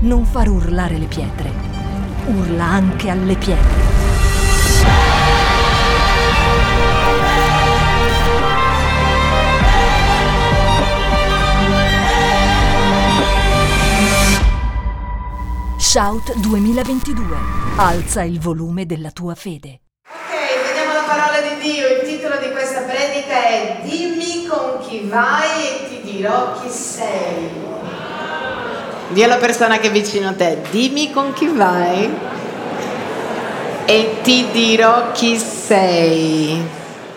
non far urlare le pietre, urla anche alle pietre. Shout 2022. Alza il volume della tua fede. Ok, vediamo la parola di Dio. Il titolo di questa predica è Dimmi con chi vai e ti dirò chi sei. Dì alla persona che è vicino a te, dimmi con chi vai e ti dirò chi sei.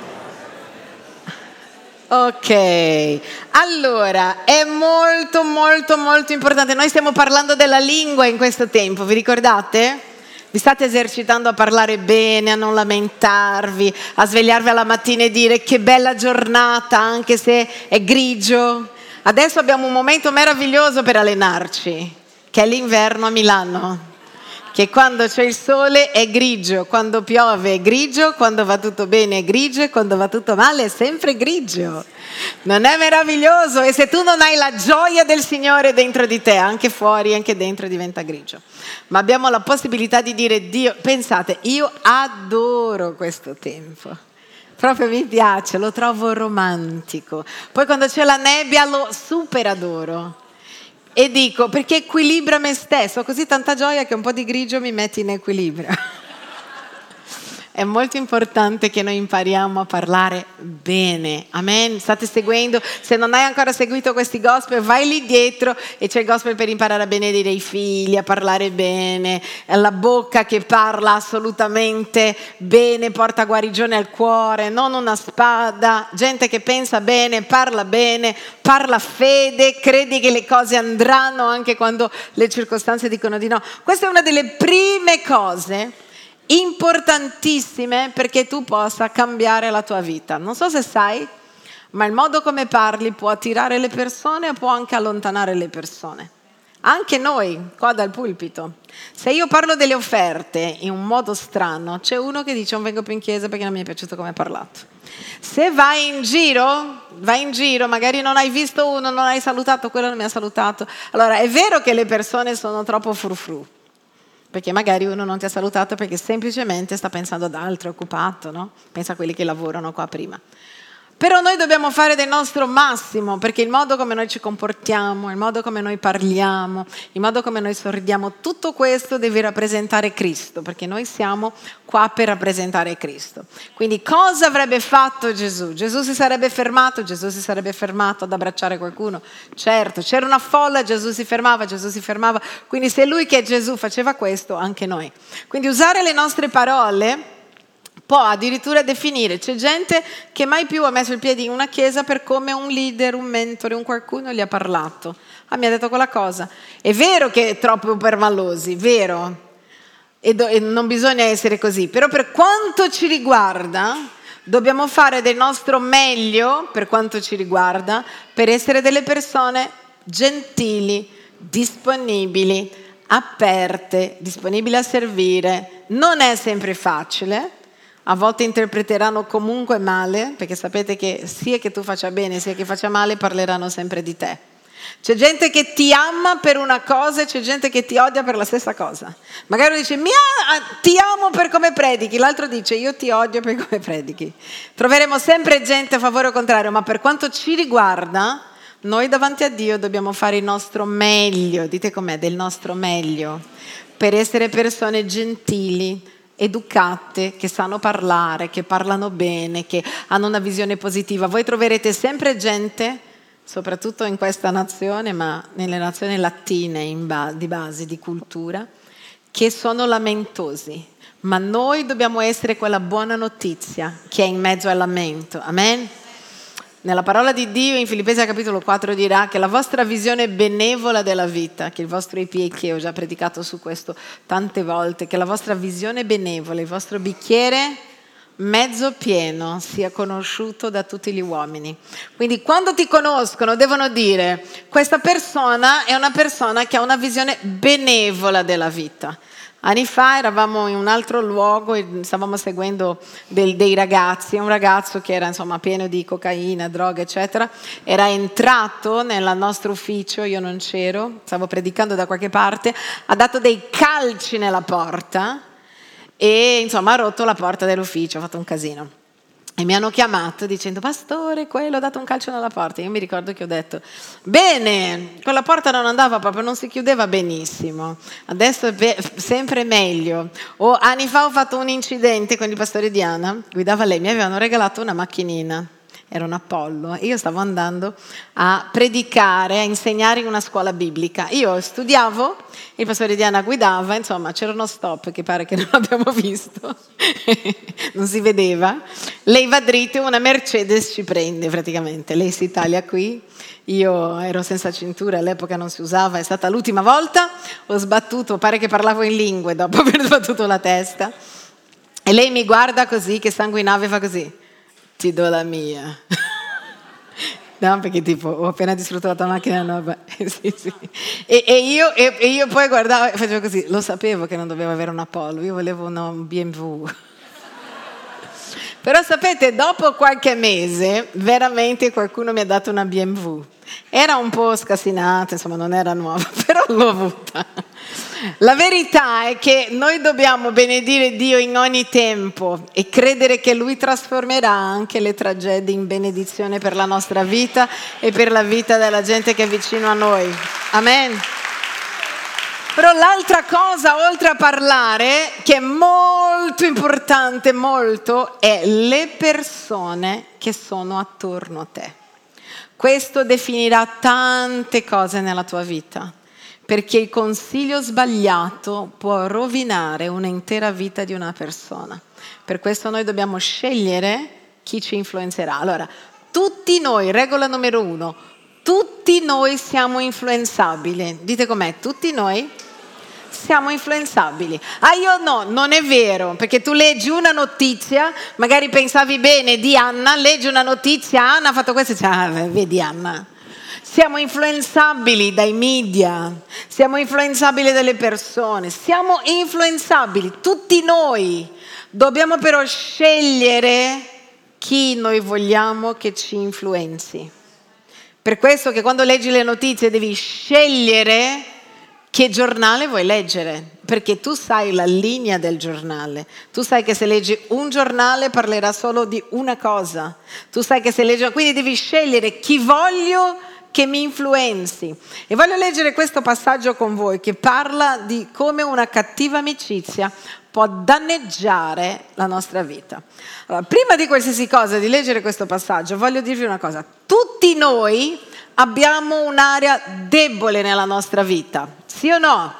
Ok, allora è molto importante. Noi stiamo parlando della lingua in questo tempo, vi ricordate? Vi state esercitando a parlare bene, a non lamentarvi, a svegliarvi alla mattina e dire che bella giornata anche se è grigio. Adesso abbiamo un momento meraviglioso per allenarci, che è l'inverno a Milano. Che quando c'è il sole è grigio, quando piove è grigio, quando va tutto bene è grigio e quando va tutto male è sempre grigio. Non è meraviglioso? E se tu non hai la gioia del Signore dentro di te, anche fuori, anche dentro diventa grigio. Ma abbiamo la possibilità di dire, Dio, pensate, io adoro questo tempo. Proprio mi piace, lo trovo romantico. Poi quando c'è la nebbia lo super adoro. E dico, perché equilibra me stesso, ho così tanta gioia che un po' di grigio mi mette in equilibrio. È molto importante che noi impariamo a parlare bene, amen? State seguendo? Se non hai ancora seguito questi gospel, vai lì dietro e c'è il gospel per imparare a benedire i figli, a parlare bene, la bocca che parla assolutamente bene, porta guarigione al cuore, non una spada, gente che pensa bene, parla fede, credi che le cose andranno anche quando le circostanze dicono di no. Questa è una delle prime cose importantissime perché tu possa cambiare la tua vita. Non so se sai, ma il modo come parli può attirare le persone e può anche allontanare le persone. Anche noi, qua dal pulpito. Se io parlo delle offerte in un modo strano, c'è uno che dice non vengo più in chiesa perché non mi è piaciuto come hai parlato. Se vai in giro, magari non hai visto uno, non hai salutato, quello non mi ha salutato. Allora è vero che le persone sono troppo frufru, perché magari uno non ti ha salutato perché semplicemente sta pensando ad altro, è occupato, no? Pensa a quelli che lavorano qua prima. Però noi dobbiamo fare del nostro massimo, perché il modo come noi ci comportiamo, il modo come noi parliamo, il modo come noi sorridiamo, tutto questo deve rappresentare Cristo, perché noi siamo qua per rappresentare Cristo. Quindi cosa avrebbe fatto Gesù? Gesù si sarebbe fermato ad abbracciare qualcuno? Certo, c'era una folla, Gesù si fermava, quindi se lui che è Gesù faceva questo, anche noi. Quindi usare le nostre parole può addirittura definire, c'è gente che mai più ha messo il piede in una chiesa per come un leader, un mentore, un qualcuno gli ha parlato. Mi ha detto quella cosa. È vero che è troppo permalosi, vero? E non bisogna essere così, però per quanto ci riguarda dobbiamo fare del nostro meglio, per quanto ci riguarda, per essere delle persone gentili, disponibili, aperte, disponibili a servire. Non è sempre facile. A volte interpreteranno comunque male, perché sapete che sia che tu faccia bene sia che faccia male parleranno sempre di te. C'è gente che ti ama per una cosa e c'è gente che ti odia per la stessa cosa. Magari uno dice ti amo per come predichi, l'altro dice io ti odio per come predichi. Troveremo sempre gente a favore o contrario, ma per quanto ci riguarda, noi davanti a Dio dobbiamo fare il nostro meglio, dite com'è, del nostro meglio, per essere persone gentili, educate, che sanno parlare, che parlano bene, che hanno una visione positiva. Voi troverete sempre gente, soprattutto in questa nazione, ma nelle nazioni latine di base, di cultura, che sono lamentosi. Ma noi dobbiamo essere quella buona notizia che è in mezzo al lamento. Amen? Nella parola di Dio in Filippesi capitolo 4 dirà che la vostra visione benevola della vita, che il vostro EPK, ho già predicato su questo tante volte, che la vostra visione benevola, il vostro bicchiere mezzo pieno sia conosciuto da tutti gli uomini. Quindi quando ti conoscono devono dire: questa persona è una persona che ha una visione benevola della vita. Anni fa eravamo in un altro luogo e stavamo seguendo dei ragazzi, un ragazzo che era insomma pieno di cocaina, droga eccetera, era entrato nel nostro ufficio, io non c'ero, stavo predicando da qualche parte, ha dato dei calci nella porta e insomma ha rotto la porta dell'ufficio, ha fatto un casino. E mi hanno chiamato dicendo: pastore, quello ha dato un calcio nella porta. Io mi ricordo che ho detto: bene, quella porta non andava proprio, non si chiudeva benissimo, adesso è sempre meglio. O anni fa ho fatto un incidente con il pastore Diana, guidava lei, mi avevano regalato una macchinina, era un Apollo, e io stavo andando a predicare, a insegnare in una scuola biblica. Io studiavo, il pastore Diana guidava, insomma c'era uno stop che pare che non abbiamo visto, non si vedeva. Lei va dritto e una Mercedes ci prende praticamente, lei si taglia qui, io ero senza cintura, all'epoca non si usava, è stata l'ultima volta, ho sbattuto, pare che parlavo in lingue dopo aver sbattuto la testa, e lei mi guarda così che sanguinava e fa così: ti do la mia. No, perché tipo ho appena distrutto la tua macchina nuova. Sì. E io poi guardavo e facevo così, lo sapevo che non dovevo avere un Apollo, io volevo un BMW. Però sapete, dopo qualche mese veramente qualcuno mi ha dato una BMW. Era un po' scassinata, insomma non era nuova, però l'ho avuta. La verità è che noi dobbiamo benedire Dio in ogni tempo e credere che Lui trasformerà anche le tragedie in benedizione per la nostra vita e per la vita della gente che è vicino a noi. Amen. Però l'altra cosa, oltre a parlare, che è molto importante, molto, è le persone che sono attorno a te. Questo definirà tante cose nella tua vita, perché il consiglio sbagliato può rovinare un'intera vita di una persona. Per questo noi dobbiamo scegliere chi ci influenzerà. Allora, tutti noi, regola numero 1, tutti noi siamo influenzabili. Dite com'è, tutti noi siamo influenzabili. Io no, non è vero, perché tu leggi una notizia, magari pensavi bene di Anna, leggi una notizia, Anna ha fatto questo e dici: vedi Anna. Siamo influenzabili dai media, siamo influenzabili dalle persone, siamo influenzabili, tutti noi. Dobbiamo però scegliere chi noi vogliamo che ci influenzi. Per questo che quando leggi le notizie devi scegliere che giornale vuoi leggere, perché tu sai la linea del giornale. Tu sai che se leggi un giornale parlerà solo di una cosa. Tu sai che se leggi, quindi devi scegliere chi voglio che mi influenzi. E voglio leggere questo passaggio con voi che parla di come una cattiva amicizia può danneggiare la nostra vita. Allora, prima di qualsiasi cosa, di leggere questo passaggio, voglio dirvi una cosa. Tutti noi abbiamo un'area debole nella nostra vita, sì o no?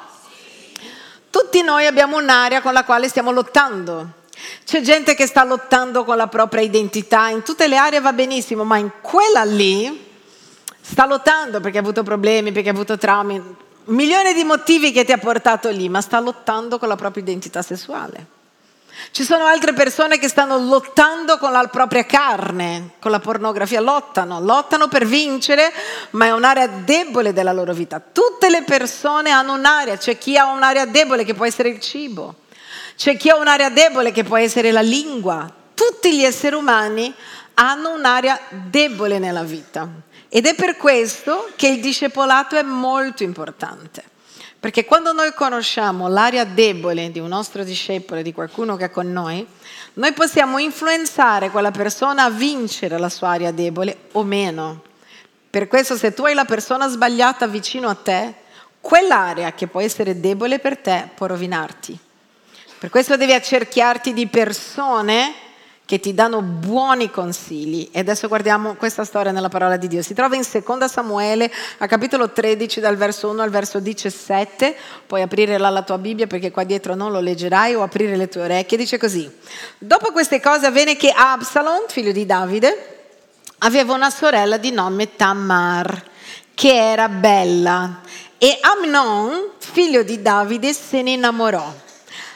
Tutti noi abbiamo un'area con la quale stiamo lottando. C'è gente che sta lottando con la propria identità, in tutte le aree va benissimo, ma in quella lì sta lottando perché ha avuto problemi, perché ha avuto traumi, milioni di motivi che ti ha portato lì, ma sta lottando con la propria identità sessuale. Ci sono altre persone che stanno lottando con la propria carne, con la pornografia, lottano per vincere, ma è un'area debole della loro vita. Tutte le persone hanno un'area, c'è chi ha un'area debole che può essere il cibo, c'è chi ha un'area debole che può essere la lingua. Tutti gli esseri umani hanno un'area debole nella vita ed è per questo che il discepolato è molto importante. Perché quando noi conosciamo l'area debole di un nostro discepolo, di qualcuno che è con noi possiamo influenzare quella persona a vincere la sua area debole o meno. Per questo se tu hai la persona sbagliata vicino a te, quell'area che può essere debole per te può rovinarti. Per questo devi accerchiarti di persone che ti danno buoni consigli. E adesso guardiamo questa storia nella parola di Dio. Si trova in 2 Samuele, a capitolo 13, dal verso 1 al verso 17. Puoi aprire là la tua Bibbia perché qua dietro non lo leggerai, o aprire le tue orecchie. Dice così: dopo queste cose avvenne che Absalom, figlio di Davide, aveva una sorella di nome Tamar, che era bella, e Amnon, figlio di Davide, se ne innamorò.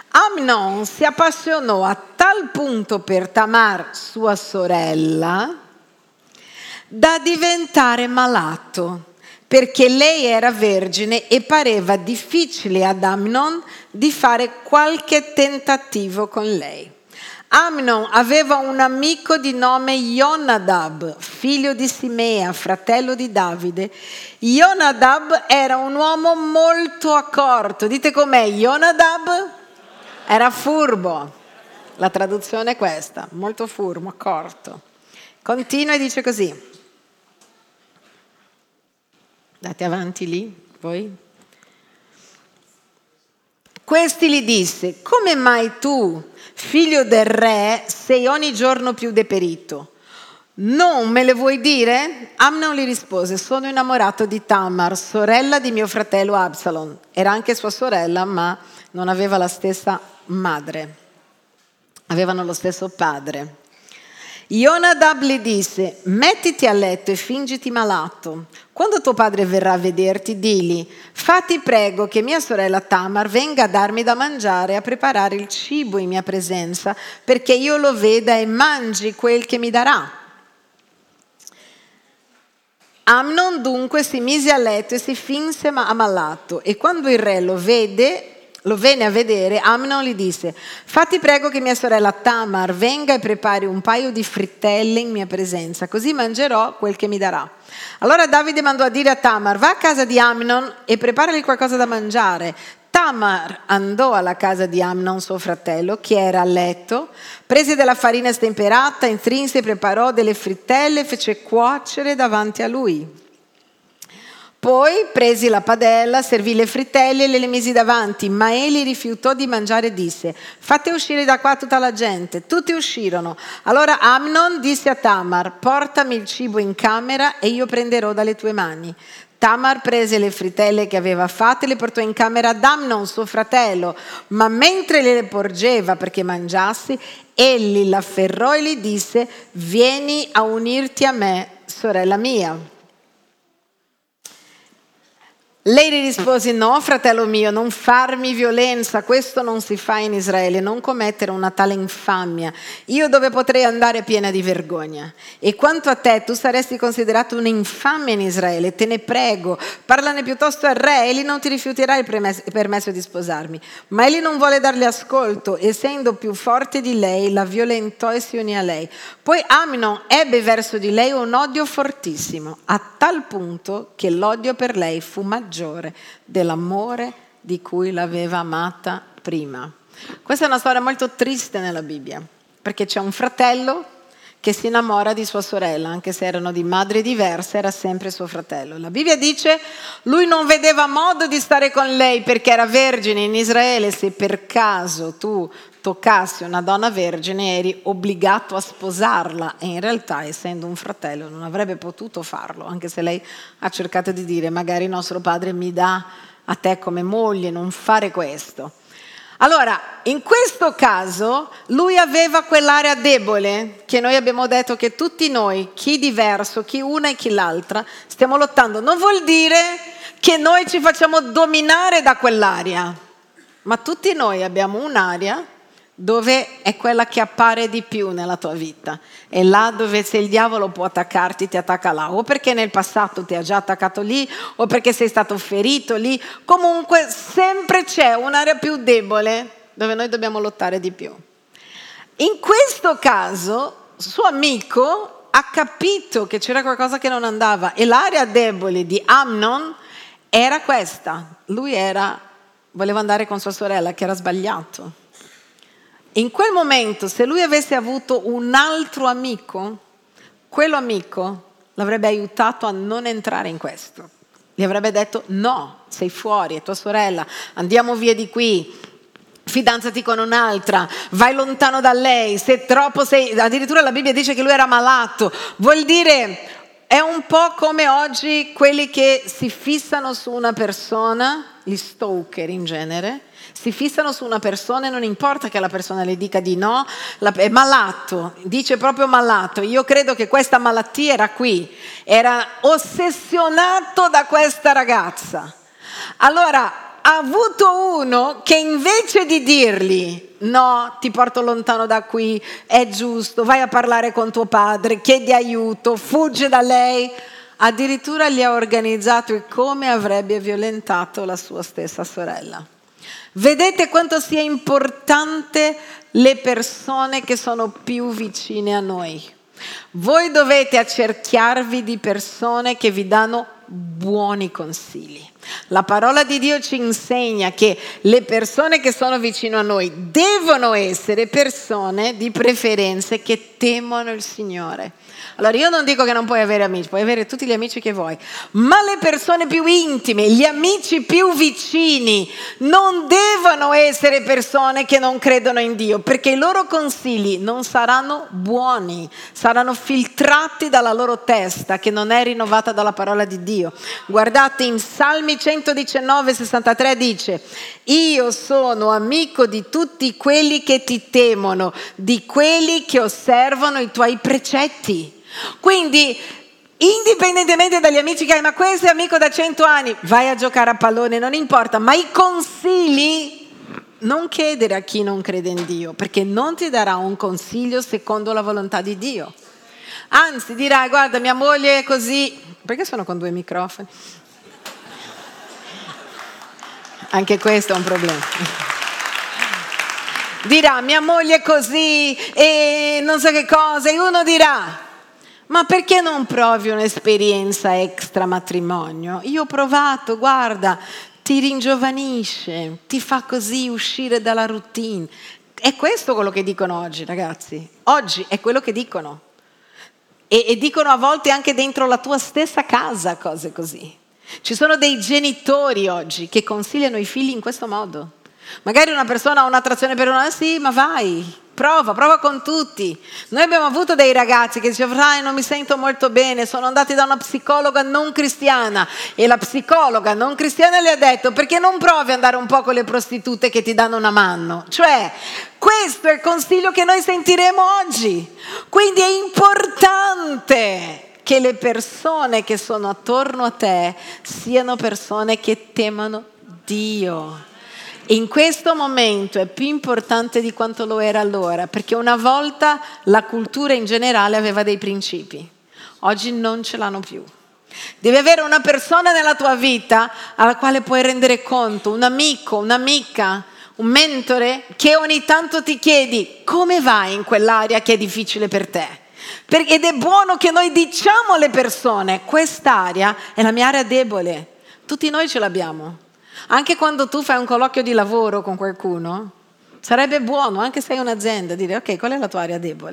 Amnon si appassionò a tal punto per Tamar, sua sorella, da diventare malato, perché lei era vergine e pareva difficile ad Amnon di fare qualche tentativo con lei. Amnon aveva un amico di nome Jonadab, figlio di Simea, fratello di Davide. Jonadab era un uomo molto accorto. Dite com'è? Jonadab era furbo. La traduzione è questa, molto furbo, accorto. Continua e dice così. Andate avanti lì, voi. Questi gli disse: come mai tu, figlio del re, sei ogni giorno più deperito? Non me le vuoi dire? Amnon gli rispose: sono innamorato di Tamar, sorella di mio fratello Absalom. Era anche sua sorella, ma non aveva la stessa madre. Avevano lo stesso padre. Jonadab gli disse: mettiti a letto e fingiti malato. Quando tuo padre verrà a vederti, digli: fatti prego che mia sorella Tamar venga a darmi da mangiare e a preparare il cibo in mia presenza, perché io lo veda e mangi quel che mi darà. Amnon dunque si mise a letto e si finse ammalato, e quando il re lo venne a vedere, Amnon gli disse: fatti prego che mia sorella Tamar venga e prepari un paio di frittelle in mia presenza, così mangerò quel che mi darà. Allora Davide mandò a dire a Tamar: va a casa di Amnon e preparagli qualcosa da mangiare. Tamar andò alla casa di Amnon, suo fratello, che era a letto, prese della farina stemperata, intrinse e preparò delle frittelle e fece cuocere davanti a lui. Poi presi la padella, servì le frittelle e le misi davanti, ma egli rifiutò di mangiare e disse: fate uscire da qua tutta la gente. Tutti uscirono. Allora Amnon disse a Tamar: portami il cibo in camera e io prenderò dalle tue mani. Tamar prese le frittelle che aveva fatte e le portò in camera ad Amnon, suo fratello, ma mentre le porgeva perché mangiassi, egli l'afferrò e gli disse: vieni a unirti a me, sorella mia. Lei gli rispose: no, fratello mio, non farmi violenza, questo non si fa in Israele, non commettere una tale infamia. Io dove potrei andare piena di vergogna? E quanto a te, tu saresti considerato un'infamia in Israele, te ne prego, parlane piuttosto al re, egli non ti rifiuterà il permesso di sposarmi. Ma egli non vuole darle ascolto, essendo più forte di lei, la violentò e si unì a lei. Poi Amnon ebbe verso di lei un odio fortissimo, a tal punto che l'odio per lei fu maggiore dell'amore di cui l'aveva amata prima. Questa è una storia molto triste nella Bibbia, perché c'è un fratello che si innamora di sua sorella, anche se erano di madri diverse, era sempre suo fratello. La Bibbia dice: lui non vedeva modo di stare con lei perché era vergine. In Israele, se per caso tu toccassi una donna vergine, eri obbligato a sposarla, e in realtà, essendo un fratello, non avrebbe potuto farlo, anche se lei ha cercato di dire: magari nostro padre mi dà a te come moglie, non fare questo. Allora, in questo caso, lui aveva quell'area debole che noi abbiamo detto che tutti noi, chi diverso, chi una e chi l'altra, stiamo lottando. Non vuol dire che noi ci facciamo dominare da quell'area, ma tutti noi abbiamo un'area dove è quella che appare di più nella tua vita. È là dove, se il diavolo può attaccarti, ti attacca là, o perché nel passato ti ha già attaccato lì, o perché sei stato ferito lì. Comunque sempre c'è un'area più debole dove noi dobbiamo lottare di più. In questo caso suo amico ha capito che c'era qualcosa che non andava, e l'area debole di Amnon era questa. Lui voleva andare con sua sorella, che era sbagliato. In quel momento, se lui avesse avuto un altro amico, quello amico l'avrebbe aiutato a non entrare in questo. Gli avrebbe detto: no, sei fuori, è tua sorella, andiamo via di qui, fidanzati con un'altra, vai lontano da lei, se troppo sei... Addirittura la Bibbia dice che lui era malato. Vuol dire, è un po' come oggi quelli che si fissano su una persona, gli stalker in genere, si fissano su una persona e non importa che la persona le dica di no, è malato, dice proprio malato. Io credo che questa malattia era qui, era ossessionato da questa ragazza. Allora, ha avuto uno che invece di dirgli no, ti porto lontano da qui, è giusto, vai a parlare con tuo padre, chiedi aiuto, fugge da lei, addirittura gli ha organizzato il come avrebbe violentato la sua stessa sorella. Vedete quanto sia importante le persone che sono più vicine a noi. Voi dovete accerchiarvi di persone che vi danno buoni consigli. La parola di Dio ci insegna che le persone che sono vicino a noi devono essere persone di preferenze che temono il Signore. Allora io non dico che non puoi avere amici, puoi avere tutti gli amici che vuoi, ma le persone più intime, gli amici più vicini non devono essere persone che non credono in Dio, perché i loro consigli non saranno buoni, saranno filtrati dalla loro testa che non è rinnovata dalla parola di Dio. Guardate, in Salmi 119:63 dice: io sono amico di tutti quelli che ti temono, di quelli che osservano i tuoi precetti. Quindi indipendentemente dagli amici che hai, ma questo è amico da 100 anni, vai a giocare a pallone, non importa, ma i consigli non chiedere a chi non crede in Dio, perché non ti darà un consiglio secondo la volontà di Dio. Anzi dirai: guarda, mia moglie è così. Perché sono con 2 microfoni? Anche questo è un problema. Dirà: mia moglie è così e non so che cosa, e uno dirà: ma perché non provi un'esperienza extra matrimonio? Io ho provato, guarda, ti ringiovanisce, ti fa così uscire dalla routine. È questo quello che dicono oggi, ragazzi. Oggi è quello che dicono. E dicono a volte anche dentro la tua stessa casa cose così. Ci sono dei genitori oggi che consigliano i figli in questo modo. Magari una persona ha un'attrazione per una, sì, ma vai, prova con tutti. Noi abbiamo avuto dei ragazzi che dicevano: non mi sento molto bene, sono andati da una psicologa non cristiana, e la psicologa non cristiana le ha detto: perché non provi ad andare un po' con le prostitute che ti danno una mano? Cioè, questo è il consiglio che noi sentiremo oggi. Quindi è importante che le persone che sono attorno a te siano persone che temano Dio. In questo momento è più importante di quanto lo era allora, perché una volta la cultura in generale aveva dei principi, oggi non ce l'hanno più. Devi avere una persona nella tua vita alla quale puoi rendere conto, un amico, un'amica, un mentore, che ogni tanto ti chiedi: come vai in quell'area che è difficile per te? Ed è buono che noi diciamo alle persone: quest'area è la mia area debole. Tutti noi ce l'abbiamo. Anche quando tu fai un colloquio di lavoro con qualcuno, sarebbe buono, anche se hai un'azienda, dire: ok, qual è la tua area debole?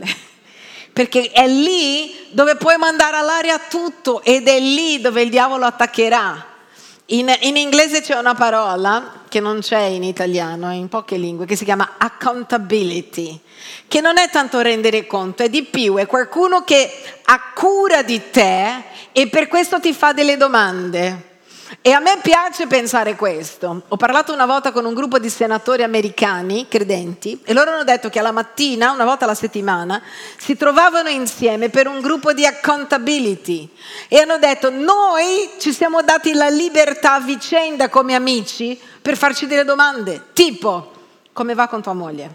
Perché è lì dove puoi mandare all'aria tutto, ed è lì dove il diavolo attaccherà. In inglese c'è una parola che non c'è in italiano, in poche lingue, che si chiama accountability, che non è tanto rendere conto, è di più, è qualcuno che ha cura di te e per questo ti fa delle domande. E a me piace pensare questo. Ho parlato una volta con un gruppo di senatori americani, credenti, e loro hanno detto che alla mattina, una volta alla settimana, si trovavano insieme per un gruppo di accountability. E hanno detto: noi ci siamo dati la libertà a vicenda come amici per farci delle domande, tipo: come va con tua moglie?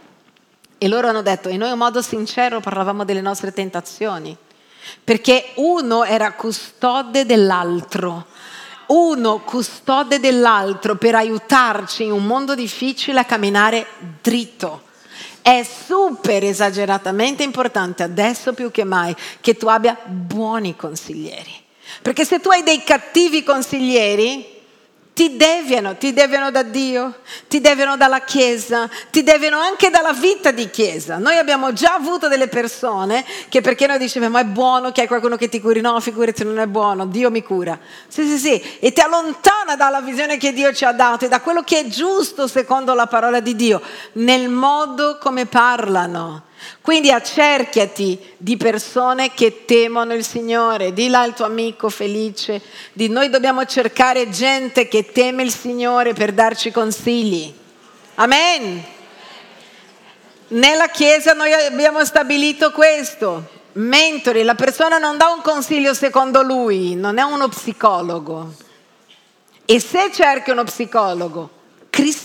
E loro hanno detto, e noi in modo sincero parlavamo delle nostre tentazioni, perché uno era custode dell'altro. Uno custode dell'altro per aiutarci in un mondo difficile a camminare dritto. È super esageratamente importante adesso più che mai che tu abbia buoni consiglieri. Perché se tu hai dei cattivi consiglieri, ti deviano da Dio, ti deviano dalla Chiesa, ti deviano anche dalla vita di Chiesa. Noi abbiamo già avuto delle persone che, perché noi dicevamo: ma è buono che hai qualcuno che ti curi? No, figurati, non è buono, Dio mi cura. Sì, e ti allontana dalla visione che Dio ci ha dato e da quello che è giusto secondo la parola di Dio, nel modo come parlano. Quindi accerchiati di persone che temono il Signore. Dilla al tuo amico Felice: noi dobbiamo cercare gente che teme il Signore per darci consigli. Amen. Nella Chiesa noi abbiamo stabilito questo: mentori, la persona non dà un consiglio secondo lui, non è uno psicologo. E se cerchi uno psicologo,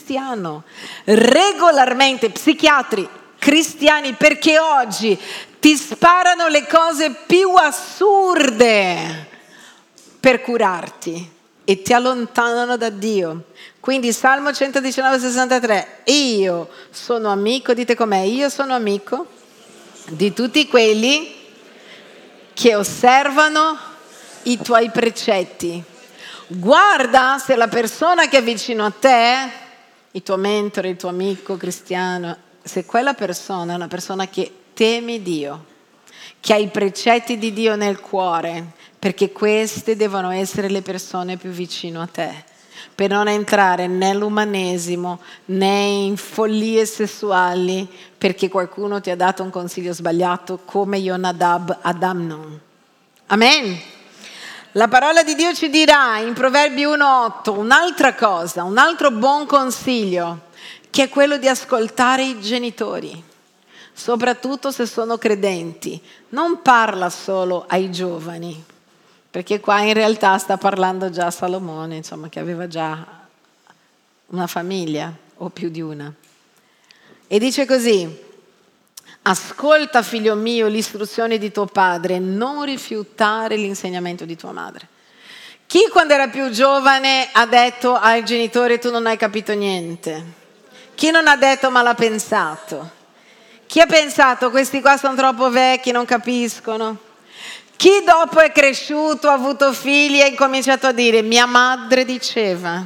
cristiano, regolarmente, psichiatri cristiani, perché oggi ti sparano le cose più assurde per curarti e ti allontanano da Dio. Quindi Salmo 119,63, io sono amico, dite com'è, io sono amico di tutti quelli che osservano i tuoi precetti. Guarda se la persona che è vicino a te, il tuo mentore, il tuo amico cristiano, se quella persona è una persona che teme Dio, che ha i precetti di Dio nel cuore, perché queste devono essere le persone più vicino a te, per non entrare nell'umanesimo né in follie sessuali, perché qualcuno ti ha dato un consiglio sbagliato come Jonadab ad Amnon. Amen. La parola di Dio ci dirà in Proverbi 1,8 un'altra cosa, un altro buon consiglio, che è quello di ascoltare i genitori, soprattutto se sono credenti. Non parla solo ai giovani, perché qua in realtà sta parlando già Salomone, insomma, che aveva già una famiglia o più di una. E dice così: ascolta, figlio mio, l'istruzione di tuo padre, non rifiutare l'insegnamento di tua madre. Chi quando era più giovane ha detto ai genitori tu non hai capito niente? Chi non ha detto ma l'ha pensato? Chi ha pensato questi qua sono troppo vecchi, non capiscono? Chi dopo è cresciuto, ha avuto figli e ha incominciato a dire mia madre diceva?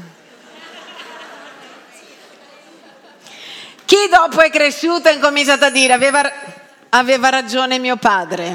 Chi dopo è cresciuto e ha incominciato a dire aveva ragione mio padre?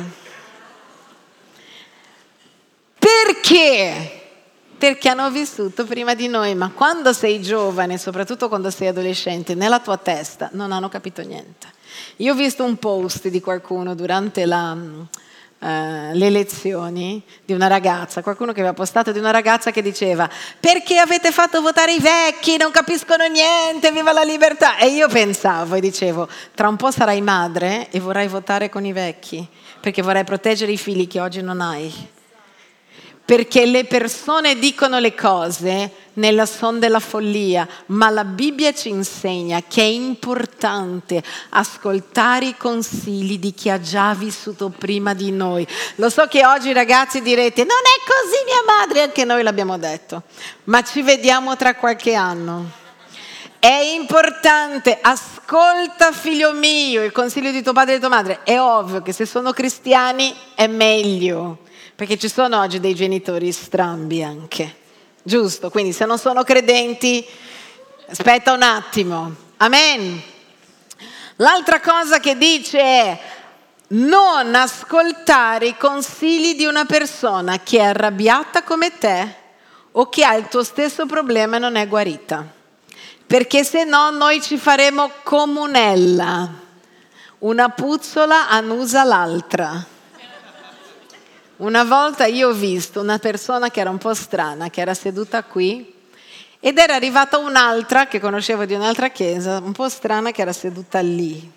Perché? Perché hanno vissuto prima di noi, ma quando sei giovane, soprattutto quando sei adolescente, nella tua testa non hanno capito niente. Io ho visto un post di qualcuno durante le lezioni di una ragazza, qualcuno che aveva postato di una ragazza che diceva perché avete fatto votare i vecchi, non capiscono niente, viva la libertà. E io pensavo e dicevo, tra un po' sarai madre e vorrai votare con i vecchi, perché vorrai proteggere i figli che oggi non hai. Perché le persone dicono le cose nella son della follia, ma la Bibbia ci insegna che è importante ascoltare i consigli di chi ha già vissuto prima di noi. Lo so che oggi ragazzi direte, non è così mia madre, anche noi l'abbiamo detto, ma ci vediamo tra qualche anno. È importante, ascolta figlio mio, il consiglio di tuo padre e di tua madre. È ovvio che se sono cristiani è meglio, perché ci sono oggi dei genitori strambi anche, giusto? Quindi se non sono credenti, aspetta un attimo. Amen. L'altra cosa che dice è non ascoltare i consigli di una persona che è arrabbiata come te o che ha il tuo stesso problema e non è guarita. Perché se no noi ci faremo comunella. Una puzzola annusa l'altra. Una volta io ho visto una persona che era un po' strana, che era seduta qui, ed era arrivata un'altra, che conoscevo di un'altra chiesa, un po' strana, che era seduta lì.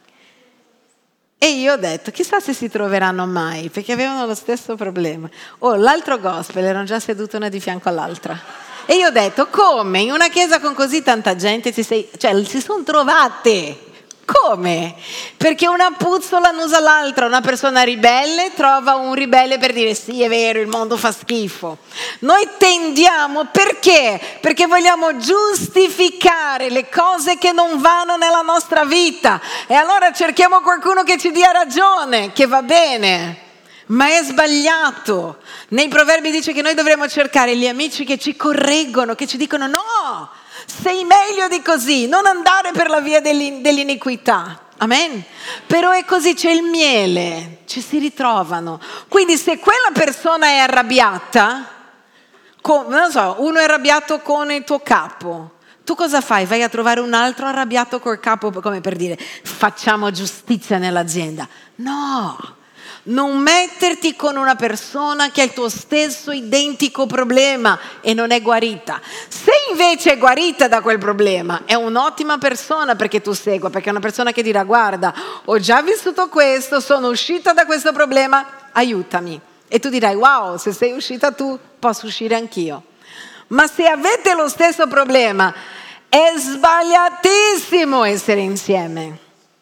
E io ho detto, chissà se si troveranno mai, perché avevano lo stesso problema. L'altro gospel erano già sedute una di fianco all'altra. E io ho detto, come? In una chiesa con così tanta gente si sono trovate? Come? Perché una puzzola annusa l'altra, una persona ribelle trova un ribelle per dire sì è vero il mondo fa schifo. Noi tendiamo, perché? Perché vogliamo giustificare le cose che non vanno nella nostra vita e allora cerchiamo qualcuno che ci dia ragione, che va bene, ma è sbagliato. Nei Proverbi dice che noi dovremmo cercare gli amici che ci correggono, che ci dicono no, sei meglio di così, non andare per la via dell'iniquità. Amen. Però è così, c'è il miele, ci si ritrovano. Quindi se quella persona è arrabbiata, non so, uno è arrabbiato con il tuo capo, tu cosa fai? Vai a trovare un altro arrabbiato col capo come per dire facciamo giustizia nell'azienda. No! Non metterti con una persona che ha il tuo stesso identico problema e non è guarita. Se invece è guarita da quel problema, è un'ottima persona perché tu segua, perché è una persona che dirà guarda, ho già vissuto questo, sono uscita da questo problema, aiutami. E tu dirai wow, se sei uscita tu, posso uscire anch'io. Ma se avete lo stesso problema È sbagliatissimo essere insieme.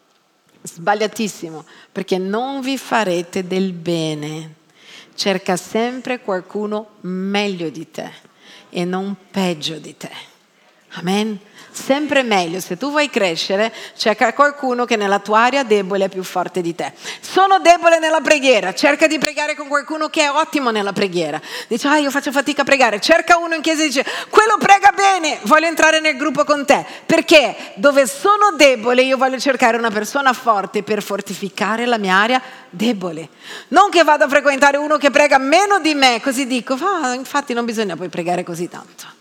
Sbagliatissimo, perché non vi farete del bene. Cerca sempre qualcuno meglio di te e non peggio di te. Amen? Sempre meglio. Se tu vuoi crescere, cerca qualcuno che nella tua area debole è più forte di te. Sono debole nella preghiera, cerca di pregare con qualcuno che è ottimo nella preghiera. Dice, io faccio fatica a pregare. Cerca uno in chiesa e dice, quello prega bene, voglio entrare nel gruppo con te. Perché dove sono debole io voglio cercare una persona forte per fortificare la mia area debole. Non che vado a frequentare uno che prega meno di me, così dico, infatti non bisogna poi pregare così tanto.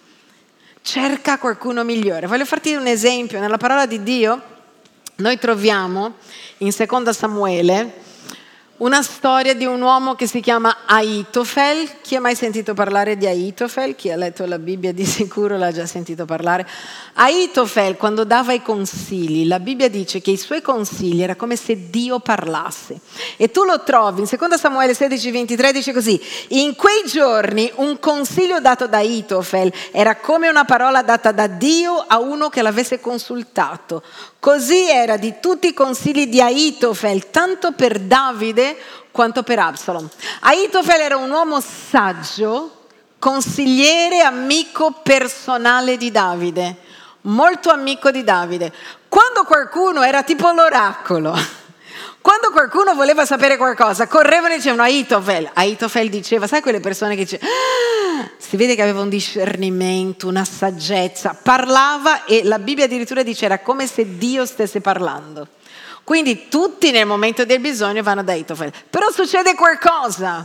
Cerca qualcuno migliore. Voglio farti un esempio. Nella parola di Dio noi troviamo in 2 Samuele una storia di un uomo che si chiama Ahitofel. Chi ha mai sentito parlare di Ahitofel? Chi ha letto la Bibbia di sicuro l'ha già sentito parlare. Ahitofel, quando dava i consigli, la Bibbia dice che i suoi consigli era come se Dio parlasse. E tu lo trovi in 2 Samuele 16:23, dice così: in quei giorni un consiglio dato da Ahitofel era come una parola data da Dio a uno che l'avesse consultato. Così era di tutti i consigli di Ahitofel, tanto per Davide quanto per Absalom. Ahitofel era un uomo saggio, consigliere, amico personale di Davide, molto amico di Davide. Quando qualcuno era tipo l'oracolo, quando qualcuno voleva sapere qualcosa, correvano e dicevano Ahitofel. Ahitofel diceva, sai quelle persone che dicevano, si vede che aveva un discernimento, una saggezza, parlava e la Bibbia addirittura dice era come se Dio stesse parlando. Quindi tutti nel momento del bisogno vanno da Ahitofel. Però succede qualcosa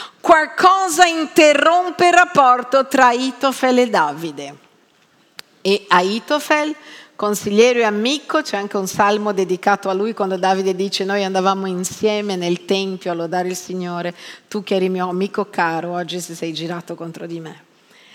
interrompe il rapporto tra Ahitofel e Davide. E Ahitofel, consigliere e amico, c'è anche un salmo dedicato a lui quando Davide dice noi andavamo insieme nel tempio a lodare il Signore, tu che eri mio amico caro, oggi si sei girato contro di me.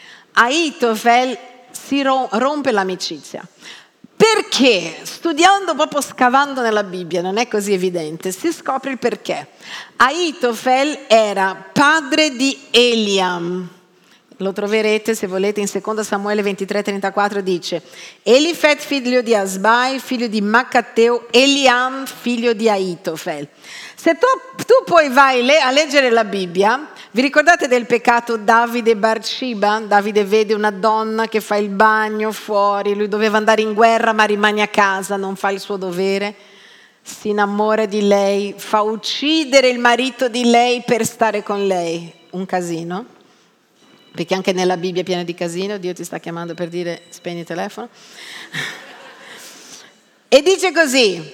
Ahitofel si rompe l'amicizia. Perché? Studiando, proprio scavando nella Bibbia, non è così evidente, si scopre il perché. Ahitofel era padre di Eliam. Lo troverete se volete in 2 Samuele 23:34 dice Elifet figlio di Asbai, figlio di Maccateo, Eliam figlio di Ahitofel. Se tu poi vai a leggere la Bibbia, vi ricordate del peccato Davide e Barsciba? Davide vede una donna che fa il bagno fuori, lui doveva andare in guerra ma rimane a casa, non fa il suo dovere, si innamora di lei, fa uccidere il marito di lei per stare con lei, un casino, perché anche nella Bibbia è piena di casino, Dio ti sta chiamando per dire spegni il telefono. E dice così,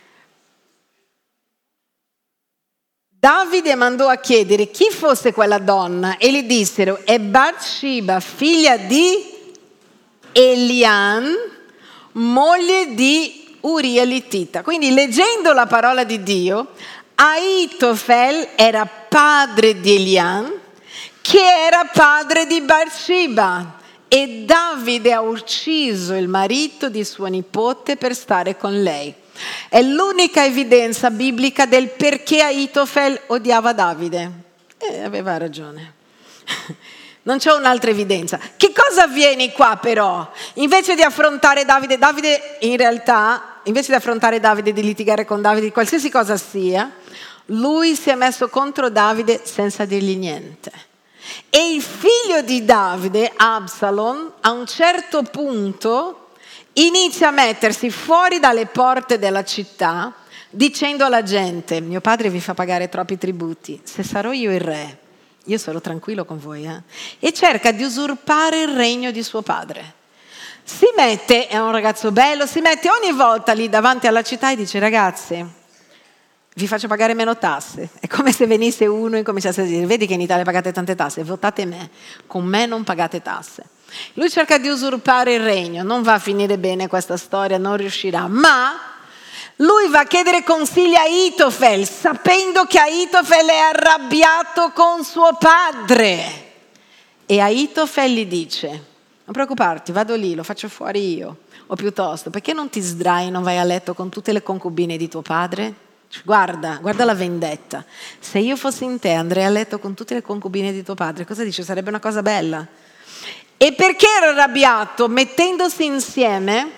Davide mandò a chiedere chi fosse quella donna e gli dissero è Batshiba, figlia di Eliam, moglie di Uria Littita. Quindi leggendo la parola di Dio, Ahitofel era padre di Eliam, che era padre di Batshiba, e Davide ha ucciso il marito di suo nipote per stare con lei. È l'unica evidenza biblica del perché Ahitofel odiava Davide. E aveva ragione. Non c'è un'altra evidenza. Che cosa avviene qua però? Invece di affrontare Davide in realtà, invece di affrontare Davide, di litigare con Davide, di qualsiasi cosa sia, lui si è messo contro Davide senza dirgli niente. E il figlio di Davide, Absalom, a un certo punto inizia a mettersi fuori dalle porte della città dicendo alla gente mio padre vi fa pagare troppi tributi, se sarò io il re io sarò tranquillo con voi e cerca di usurpare il regno di suo padre. Si mette, è un ragazzo bello, si mette ogni volta lì davanti alla città e dice ragazzi vi faccio pagare meno tasse. È come se venisse uno e cominciasse a dire vedi che in Italia pagate tante tasse, votate me, con me non pagate tasse. Lui cerca di usurpare il regno, non va a finire bene questa storia, non riuscirà, ma lui va a chiedere consigli a Ahitofel, sapendo che Ahitofel è arrabbiato con suo padre. E Ahitofel gli dice, non preoccuparti, vado lì, lo faccio fuori io. O piuttosto, perché non ti sdrai e non vai a letto con tutte le concubine di tuo padre? Guarda la vendetta. Se io fossi in te andrei a letto con tutte le concubine di tuo padre. Cosa dice? Sarebbe una cosa bella. E perché era arrabbiato? Mettendosi insieme,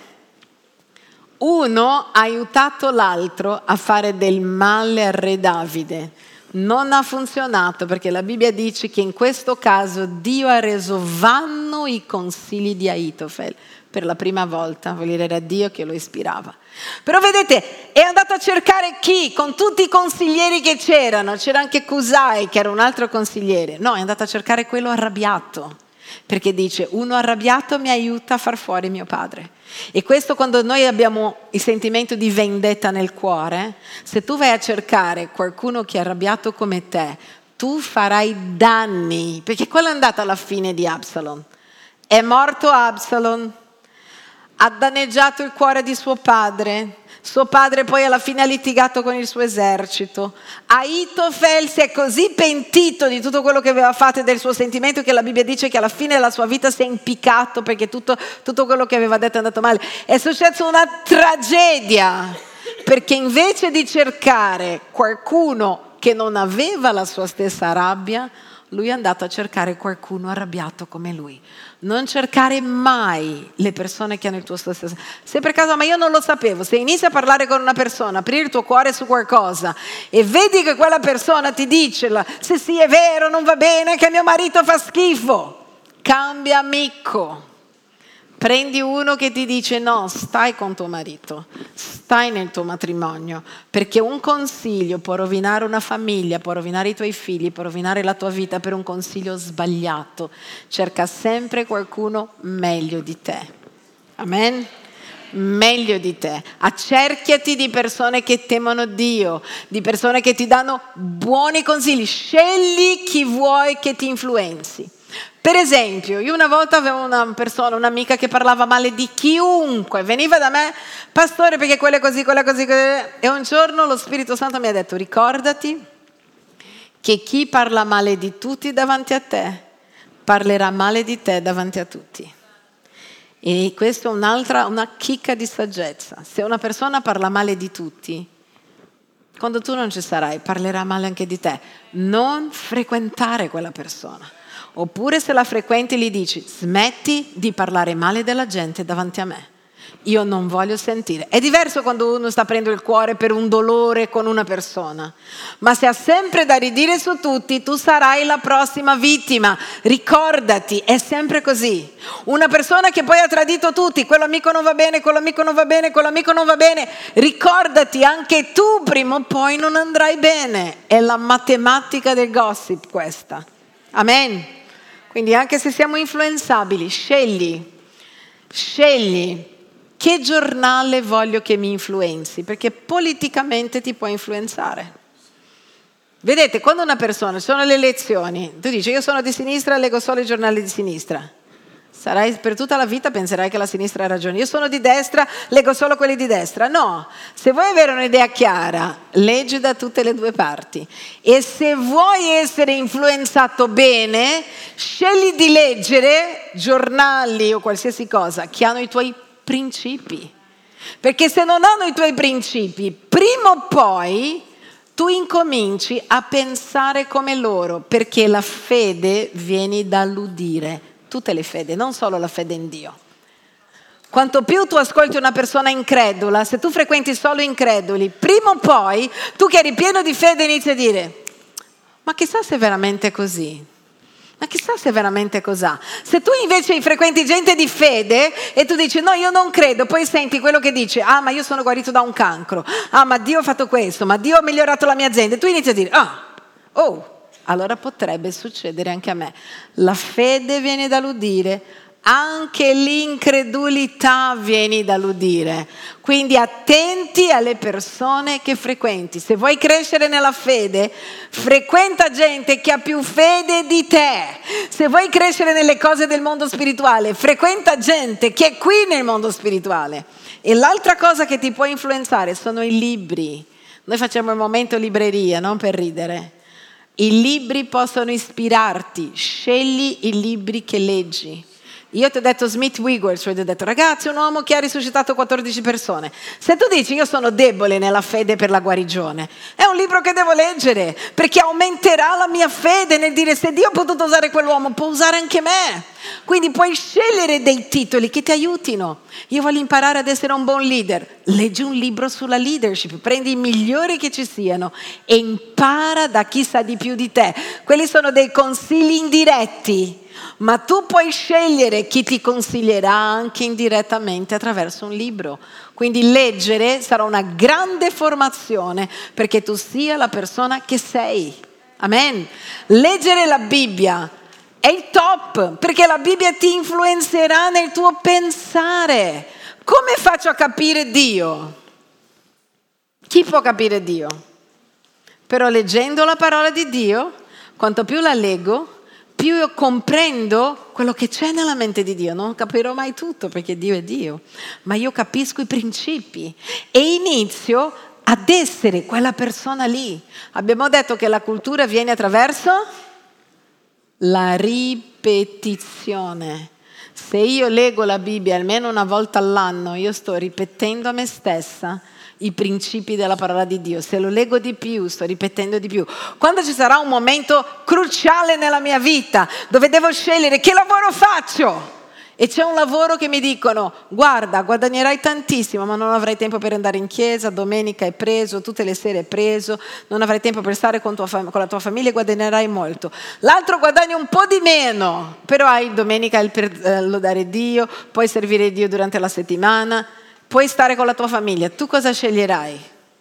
uno ha aiutato l'altro a fare del male a re Davide. Non ha funzionato, perché la Bibbia dice che in questo caso Dio ha reso vano i consigli di Ahitofel. Per la prima volta, vuol dire era Dio che lo ispirava. Però vedete, è andato a cercare chi? Con tutti i consiglieri che c'erano. C'era anche Cusai che era un altro consigliere. No, è andato a cercare quello arrabbiato, perché dice: uno arrabbiato mi aiuta a far fuori mio padre. E questo, quando noi abbiamo il sentimento di vendetta nel cuore, se tu vai a cercare qualcuno che è arrabbiato come te, tu farai danni, perché quella è andata alla fine di Absalom. È morto Absalom, ha danneggiato il cuore di suo padre poi alla fine ha litigato con il suo esercito. Ahitofel si è così pentito di tutto quello che aveva fatto e del suo sentimento, che la Bibbia dice che alla fine della sua vita si è impiccato, perché tutto quello che aveva detto è andato male. È successa una tragedia, perché invece di cercare qualcuno che non aveva la sua stessa rabbia, lui è andato a cercare qualcuno arrabbiato come lui. Non cercare mai le persone che hanno il tuo stesso. Se per caso, ma io non lo sapevo, se inizi a parlare con una persona, aprire il tuo cuore su qualcosa e vedi che quella persona ti dice se sì è vero, non va bene, che mio marito fa schifo, cambia amico. Prendi uno che ti dice: no, stai con tuo marito, stai nel tuo matrimonio, perché un consiglio può rovinare una famiglia, può rovinare i tuoi figli, può rovinare la tua vita per un consiglio sbagliato. Cerca sempre qualcuno meglio di te. Amen? Meglio di te. Accerchiati di persone che temono Dio, di persone che ti danno buoni consigli. Scegli chi vuoi che ti influenzi. Per esempio, io una volta avevo una persona, un'amica che parlava male di chiunque, veniva da me: pastore, perché quella è così, quella è così. E un giorno lo Spirito Santo mi ha detto: ricordati che chi parla male di tutti davanti a te, parlerà male di te davanti a tutti. E questa è una chicca di saggezza. Se una persona parla male di tutti, quando tu non ci sarai, parlerà male anche di te. Non frequentare quella persona. Oppure, se la frequenti, gli dici: smetti di parlare male della gente davanti a me, io non voglio sentire. È diverso quando uno sta aprendo il cuore per un dolore con una persona, ma se ha sempre da ridire su tutti, tu sarai la prossima vittima. Ricordati, è sempre così. Una persona che poi ha tradito tutti: quell'amico non va bene, quell'amico non va bene, quell'amico non va bene. Ricordati, anche tu prima o poi non andrai bene. È la matematica del gossip questa. Amen. Quindi anche se siamo influenzabili, scegli che giornale voglio che mi influenzi, perché politicamente ti può influenzare. Vedete, quando una persona, ci sono le elezioni, tu dici: io sono di sinistra, leggo solo i giornali di sinistra. Sarai per tutta la vita, penserai che la sinistra ha ragione. Io sono di destra, leggo solo quelli di destra. No, se vuoi avere un'idea chiara, leggi da tutte le due parti. E se vuoi essere influenzato bene, scegli di leggere giornali o qualsiasi cosa che hanno i tuoi principi. Perché se non hanno i tuoi principi, prima o poi tu incominci a pensare come loro, perché la fede viene dall'udire. Tutte le fedi, non solo la fede in Dio. Quanto più tu ascolti una persona incredula, se tu frequenti solo increduli, prima o poi tu che eri pieno di fede inizi a dire: ma chissà se è veramente così, ma chissà se è veramente così. Se tu invece frequenti gente di fede e tu dici: no, io non credo, poi senti quello che dice: ah, ma io sono guarito da un cancro, ah, ma Dio ha fatto questo, ma Dio ha migliorato la mia azienda, e tu inizi a dire: allora potrebbe succedere anche a me. La fede viene dall'udire, anche l'incredulità viene dall'udire. Quindi attenti alle persone che frequenti. Se vuoi crescere nella fede, frequenta gente che ha più fede di te. Se vuoi crescere nelle cose del mondo spirituale, frequenta gente che è qui nel mondo spirituale. E l'altra cosa che ti può influenzare sono i libri. Noi facciamo il momento libreria, non per ridere. I libri possono ispirarti, scegli i libri che leggi. Io ti ho detto Smith Wigglesworth, ti ho detto ragazzi, un uomo che ha risuscitato 14 persone. Se tu dici io sono debole nella fede per la guarigione, è un libro che devo leggere, perché aumenterà la mia fede nel dire se Dio ha potuto usare quell'uomo, può usare anche me. Quindi puoi scegliere dei titoli che ti aiutino. Io voglio imparare ad essere un buon leader. Leggi un libro sulla leadership, prendi i migliori che ci siano e impara da chi sa di più di te. Quelli sono dei consigli indiretti. Ma tu puoi scegliere chi ti consiglierà anche indirettamente attraverso un libro. Quindi leggere sarà una grande formazione perché tu sia la persona che sei. Amen. Leggere la Bibbia è il top perché la Bibbia ti influenzerà nel tuo pensare. Come faccio a capire Dio? Chi può capire Dio? Però leggendo la parola di Dio, quanto più la leggo, più io comprendo quello che c'è nella mente di Dio. Non capirò mai tutto perché Dio è Dio, ma io capisco i principi e inizio ad essere quella persona lì. Abbiamo detto che la cultura viene attraverso la ripetizione. Se io leggo la Bibbia almeno una volta all'anno, io sto ripetendo a me stessa i principi della parola di Dio. Se lo leggo di più, sto ripetendo di più. Quando ci sarà un momento cruciale nella mia vita, dove devo scegliere che lavoro faccio, e c'è un lavoro che mi dicono, guarda, guadagnerai tantissimo, ma non avrai tempo per andare in chiesa, domenica è preso, tutte le sere è preso, non avrai tempo per stare con la tua famiglia e guadagnerai molto. L'altro guadagna un po' di meno, però hai domenica per lodare Dio, puoi servire Dio durante la settimana, puoi stare con la tua famiglia. Tu cosa sceglierai?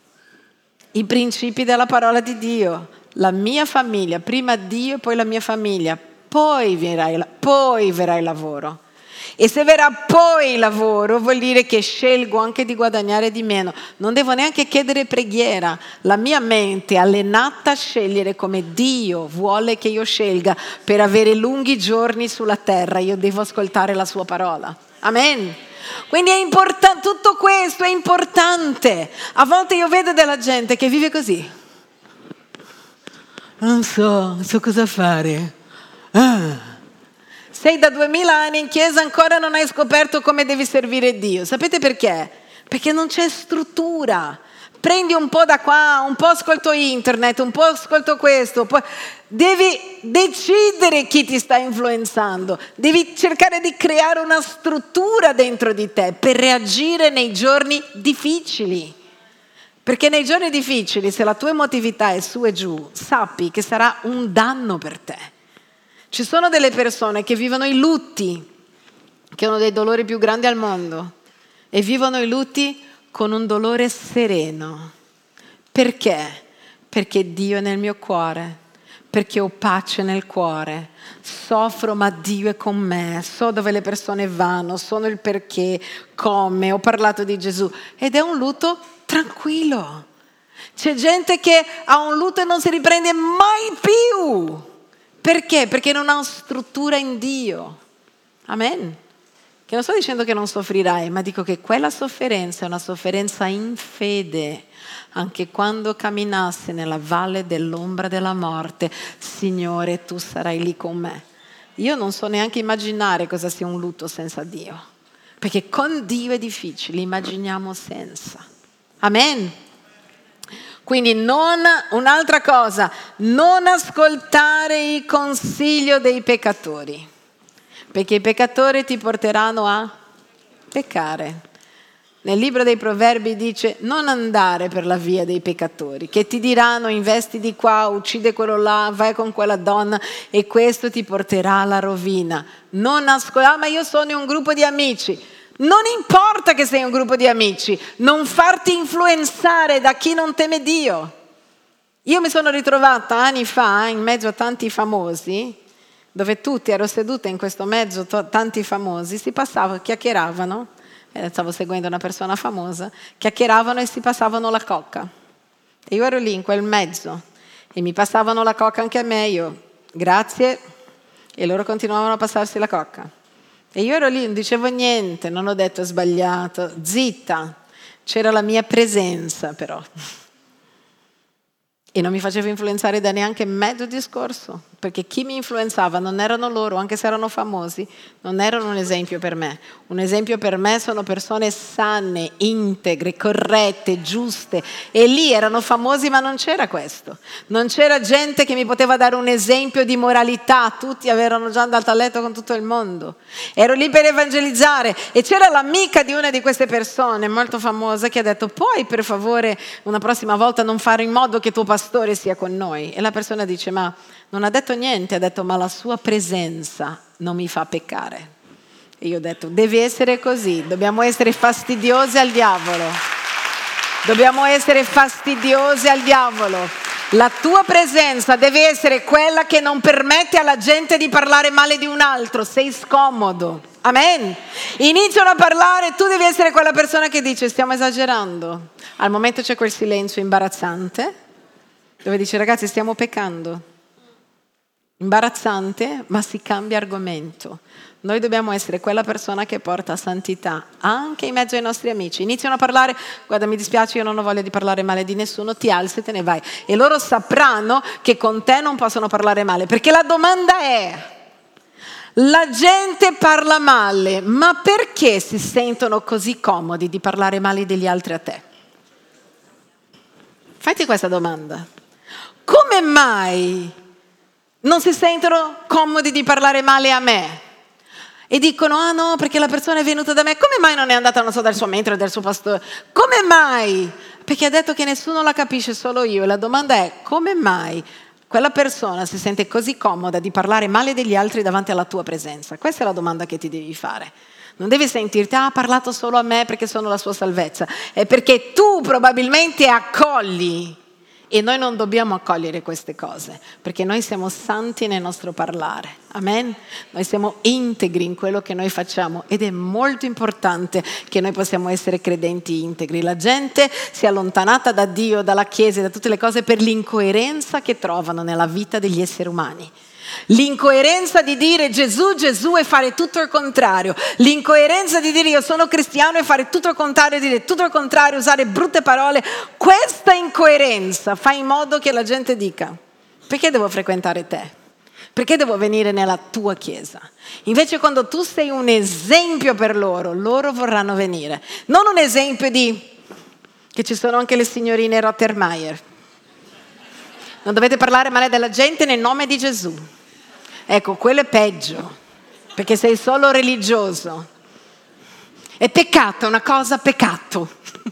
I principi della parola di Dio, la mia famiglia, prima Dio e poi la mia famiglia, poi verrà il lavoro. E se verrà poi il lavoro vuol dire che scelgo anche di guadagnare di meno. Non devo neanche chiedere preghiera. La mia mente è allenata a scegliere come Dio vuole che io scelga per avere lunghi giorni sulla terra. Io devo ascoltare la sua parola. Amen. Quindi è importante, tutto questo è importante. A volte io vedo della gente che vive così. Non so cosa fare. Sei da 2000 anni in chiesa, ancora non hai scoperto come devi servire Dio. Sapete perché? Perché non c'è struttura. Prendi un po' da qua, un po' ascolto internet, un po' ascolto questo. Devi decidere chi ti sta influenzando. Devi cercare di creare una struttura dentro di te per reagire nei giorni difficili. Perché nei giorni difficili, se la tua emotività è su e giù, sappi che sarà un danno per te. Ci sono delle persone che vivono i lutti, che hanno dei dolori più grandi al mondo, e vivono i lutti con un dolore sereno. Perché? Perché Dio è nel mio cuore, perché ho pace nel cuore, soffro ma Dio è con me, so dove le persone vanno, so il perché, come, ho parlato di Gesù, ed è un lutto tranquillo. C'è gente che ha un lutto e non si riprende mai più. Perché? Perché non ha struttura in Dio. Amen. Che non sto dicendo che non soffrirai, ma dico che quella sofferenza è una sofferenza in fede. Anche quando camminassi nella valle dell'ombra della morte, Signore, tu sarai lì con me. Io non so neanche immaginare cosa sia un lutto senza Dio. Perché con Dio è difficile, immaginiamo senza. Amen. Quindi un'altra cosa, non ascoltare il consiglio dei peccatori, perché i peccatori ti porteranno a peccare. Nel libro dei Proverbi dice non andare per la via dei peccatori, che ti diranno investi di qua, uccide quello là, vai con quella donna e questo ti porterà alla rovina. Non ascoltare, ma io sono in un gruppo di amici. Non importa che sei un gruppo di amici, non farti influenzare da chi non teme Dio. Io mi sono ritrovata anni fa in mezzo a tanti famosi, dove tutti ero seduta in questo mezzo, tanti famosi, si passavano, chiacchieravano, stavo seguendo una persona famosa, chiacchieravano e si passavano la cocca. E io ero lì in quel mezzo e mi passavano la cocca anche a me, io grazie, e loro continuavano a passarsi la cocca. E io ero lì, non dicevo niente, non ho detto sbagliato, zitta, c'era la mia presenza però. E non mi facevo influenzare da neanche mezzo discorso, perché chi mi influenzava non erano loro, anche se erano famosi, non erano un esempio per me. Un esempio per me sono persone sane, integre, corrette, giuste. E lì erano famosi, ma non c'era questo. Non c'era gente che mi poteva dare un esempio di moralità, tutti erano già andati a letto con tutto il mondo. Ero lì per evangelizzare e c'era l'amica di una di queste persone molto famosa che ha detto: puoi per favore una prossima volta non fare in modo che tuo pastore sia con noi? E la persona dice: ma non ha detto niente, ha detto: ma la sua presenza non mi fa peccare. E io ho detto: deve essere così, dobbiamo essere fastidiosi al diavolo. Dobbiamo essere fastidiosi al diavolo. La tua presenza deve essere quella che non permette alla gente di parlare male di un altro, sei scomodo. Amen. Iniziano a parlare, tu devi essere quella persona che dice: stiamo esagerando. Al momento c'è quel silenzio imbarazzante, dove dice: ragazzi, stiamo peccando. Imbarazzante, ma si cambia argomento. Noi dobbiamo essere quella persona che porta santità anche in mezzo ai nostri amici. Iniziano a parlare: guarda, mi dispiace, io non ho voglia di parlare male di nessuno, ti alzi e te ne vai. E loro sapranno che con te non possono parlare male, perché la domanda è: la gente parla male, ma perché si sentono così comodi di parlare male degli altri a te? Fatti questa domanda. Come mai non si sentono comodi di parlare male a me? E dicono: ah no, perché la persona è venuta da me. Come mai non è andata, non so, dal suo mentore, dal suo pastore? Come mai? Perché ha detto che nessuno la capisce, solo io. E la domanda è: come mai quella persona si sente così comoda di parlare male degli altri davanti alla tua presenza? Questa è la domanda che ti devi fare. Non devi sentirti: ah, ha parlato solo a me perché sono la sua salvezza. È perché tu probabilmente accogli. E noi non dobbiamo accogliere queste cose, perché noi siamo santi nel nostro parlare. Amen? Noi siamo integri in quello che noi facciamo ed è molto importante che noi possiamo essere credenti integri. La gente si è allontanata da Dio, dalla Chiesa e da tutte le cose per l'incoerenza che trovano nella vita degli esseri umani. L'incoerenza di dire Gesù, Gesù e fare tutto il contrario. L'incoerenza di dire io sono cristiano e fare tutto il contrario, dire tutto il contrario, usare brutte parole. Questa incoerenza fa in modo che la gente dica: perché devo frequentare te? Perché devo venire nella tua chiesa? Invece quando tu sei un esempio per loro, loro vorranno venire. Non un esempio di che ci sono anche le signorine Rottermeier. Non dovete parlare male della gente nel nome di Gesù. Ecco, quello è peggio, perché sei solo religioso. È peccato, è una cosa peccato.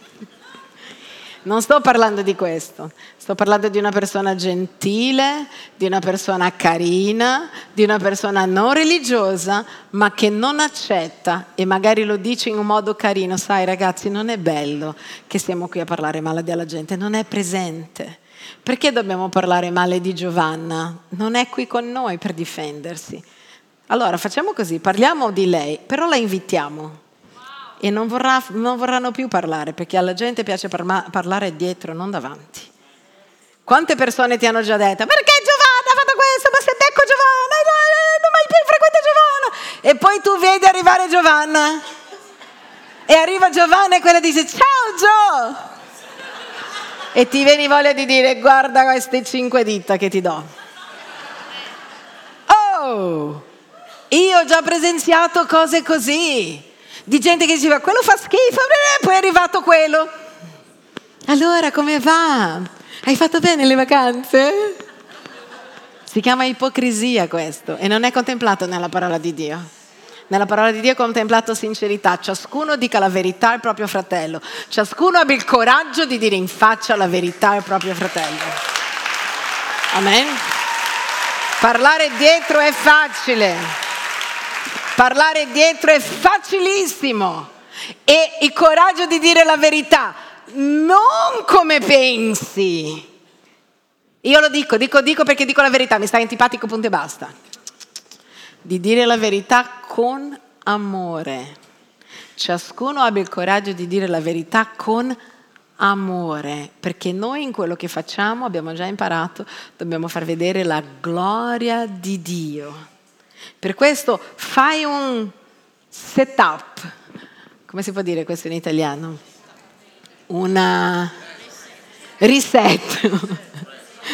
Non sto parlando di questo, sto parlando di una persona gentile, di una persona carina, di una persona non religiosa, ma che non accetta e magari lo dice in un modo carino: sai ragazzi, non è bello che stiamo qui a parlare male della gente, non è presente. Perché dobbiamo parlare male di Giovanna? Non è qui con noi per difendersi. Allora facciamo così, parliamo di lei, però la invitiamo. E non vorranno più parlare, perché alla gente piace parlare dietro, non davanti. Quante persone ti hanno già detto: perché Giovanna ha fatto questo? Ma se becco Giovanna, non mai più frequenta Giovanna. E poi tu vedi arrivare Giovanna. E arriva Giovanna e quella dice: ciao Gio! E ti viene voglia di dire: guarda queste 5 dita che ti do. Oh, io ho già presenziato cose così, di gente che diceva: quello fa schifo, poi è arrivato quello. Allora come va? Hai fatto bene le vacanze? Si chiama ipocrisia questo e non è contemplato nella parola di Dio. Nella parola di Dio è contemplato sincerità. Ciascuno dica la verità al proprio fratello. Ciascuno abbia il coraggio di dire in faccia la verità al proprio fratello. Amen? Parlare dietro è facile. Parlare dietro è facilissimo. E il coraggio di dire la verità, non come pensi. Io lo dico perché dico la verità, mi stai antipatico, punto e basta. Di dire la verità con amore. Ciascuno abbia il coraggio di dire la verità con amore, perché noi in quello che facciamo, abbiamo già imparato, dobbiamo far vedere la gloria di Dio. Per questo fai un setup, come si può dire questo in italiano? Una reset.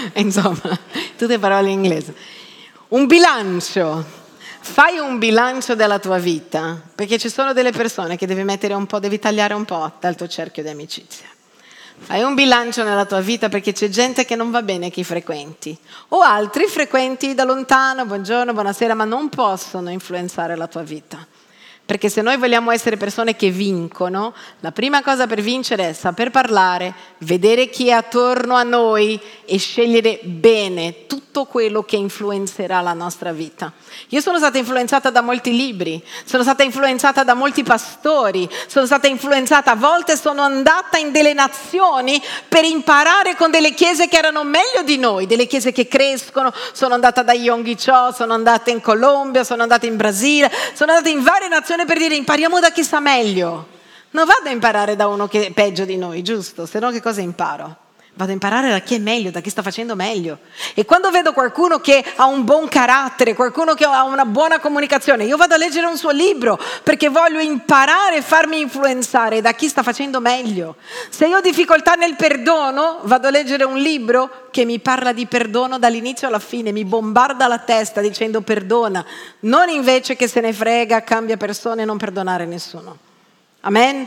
Insomma, tutte parole in inglese. Un bilancio. Fai un bilancio della tua vita, perché ci sono delle persone che devi tagliare un po' dal tuo cerchio di amicizia. Fai un bilancio nella tua vita perché c'è gente che non va bene che frequenti, o altri frequenti da lontano, buongiorno, buonasera, ma non possono influenzare la tua vita. Perché se noi vogliamo essere persone che vincono, la prima cosa per vincere è saper parlare, vedere chi è attorno a noi e scegliere bene tutto quello che influenzerà la nostra vita. Io sono stata influenzata da molti libri, sono stata influenzata da molti pastori, sono stata influenzata, a volte sono andata in delle nazioni per imparare con delle chiese che erano meglio di noi, delle chiese che crescono. Sono andata da Yonggi Cho, sono andata in Colombia, sono andata in Brasile, sono andata in varie nazioni per dire impariamo da chi sa meglio. Non vado a imparare da uno che è peggio di noi, giusto? Se no che cosa imparo? Vado a imparare da chi è meglio, da chi sta facendo meglio. E quando vedo qualcuno che ha un buon carattere, qualcuno che ha una buona comunicazione, io vado a leggere un suo libro perché voglio imparare e farmi influenzare da chi sta facendo meglio. Se io ho difficoltà nel perdono, vado a leggere un libro che mi parla di perdono dall'inizio alla fine, mi bombarda la testa dicendo perdona, non invece che se ne frega, cambia persone e non perdonare nessuno. Amen?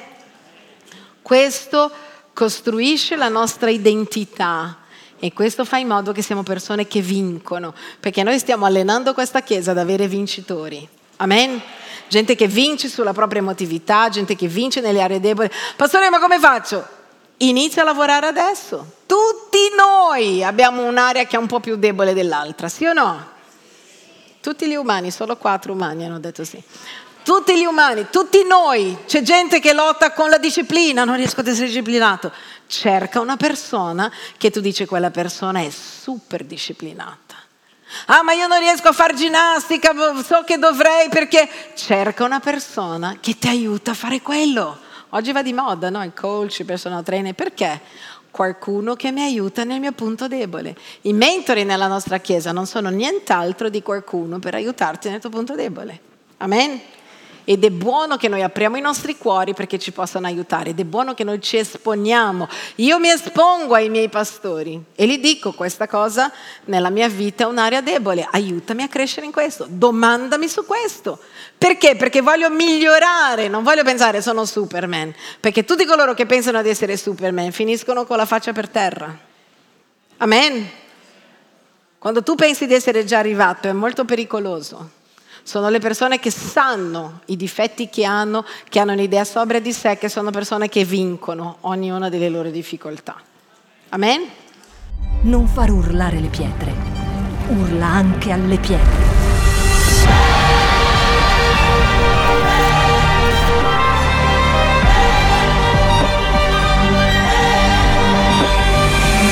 Questo costruisce la nostra identità e questo fa in modo che siamo persone che vincono, perché noi stiamo allenando questa chiesa ad avere vincitori. Amen? Gente che vince sulla propria emotività, gente che vince nelle aree deboli. Pastore, ma come faccio? Inizia a lavorare adesso. Tutti noi abbiamo un'area che è un po' più debole dell'altra, sì o no? Tutti gli umani, solo 4 umani hanno detto sì. Tutti gli umani, tutti noi. C'è gente che lotta con la disciplina, non riesco ad essere disciplinato. Cerca una persona che tu dici quella persona è super disciplinata. Ah, ma io non riesco a fare ginnastica, so che dovrei perché... Cerca una persona che ti aiuta a fare quello. Oggi va di moda, no? Il coach, il personal trainer, perché? Qualcuno che mi aiuta nel mio punto debole. I mentori nella nostra chiesa non sono nient'altro di qualcuno per aiutarti nel tuo punto debole. Amen? Ed è buono che noi apriamo i nostri cuori perché ci possano aiutare, ed è buono che noi ci esponiamo. Io mi espongo ai miei pastori e gli dico questa cosa nella mia vita è un'area debole, aiutami a crescere in questo, domandami su questo. Perché? Perché voglio migliorare, non voglio pensare sono Superman, perché tutti coloro che pensano di essere Superman finiscono con la faccia per terra. Amen? Quando tu pensi di essere già arrivato è molto pericoloso. Sono le persone che sanno i difetti che hanno un'idea sobria di sé, che sono persone che vincono ognuna delle loro difficoltà. Amen? Non far urlare le pietre, urla anche alle pietre.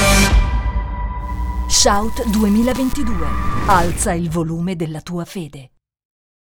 Shout 2022. Alza il volume della tua fede.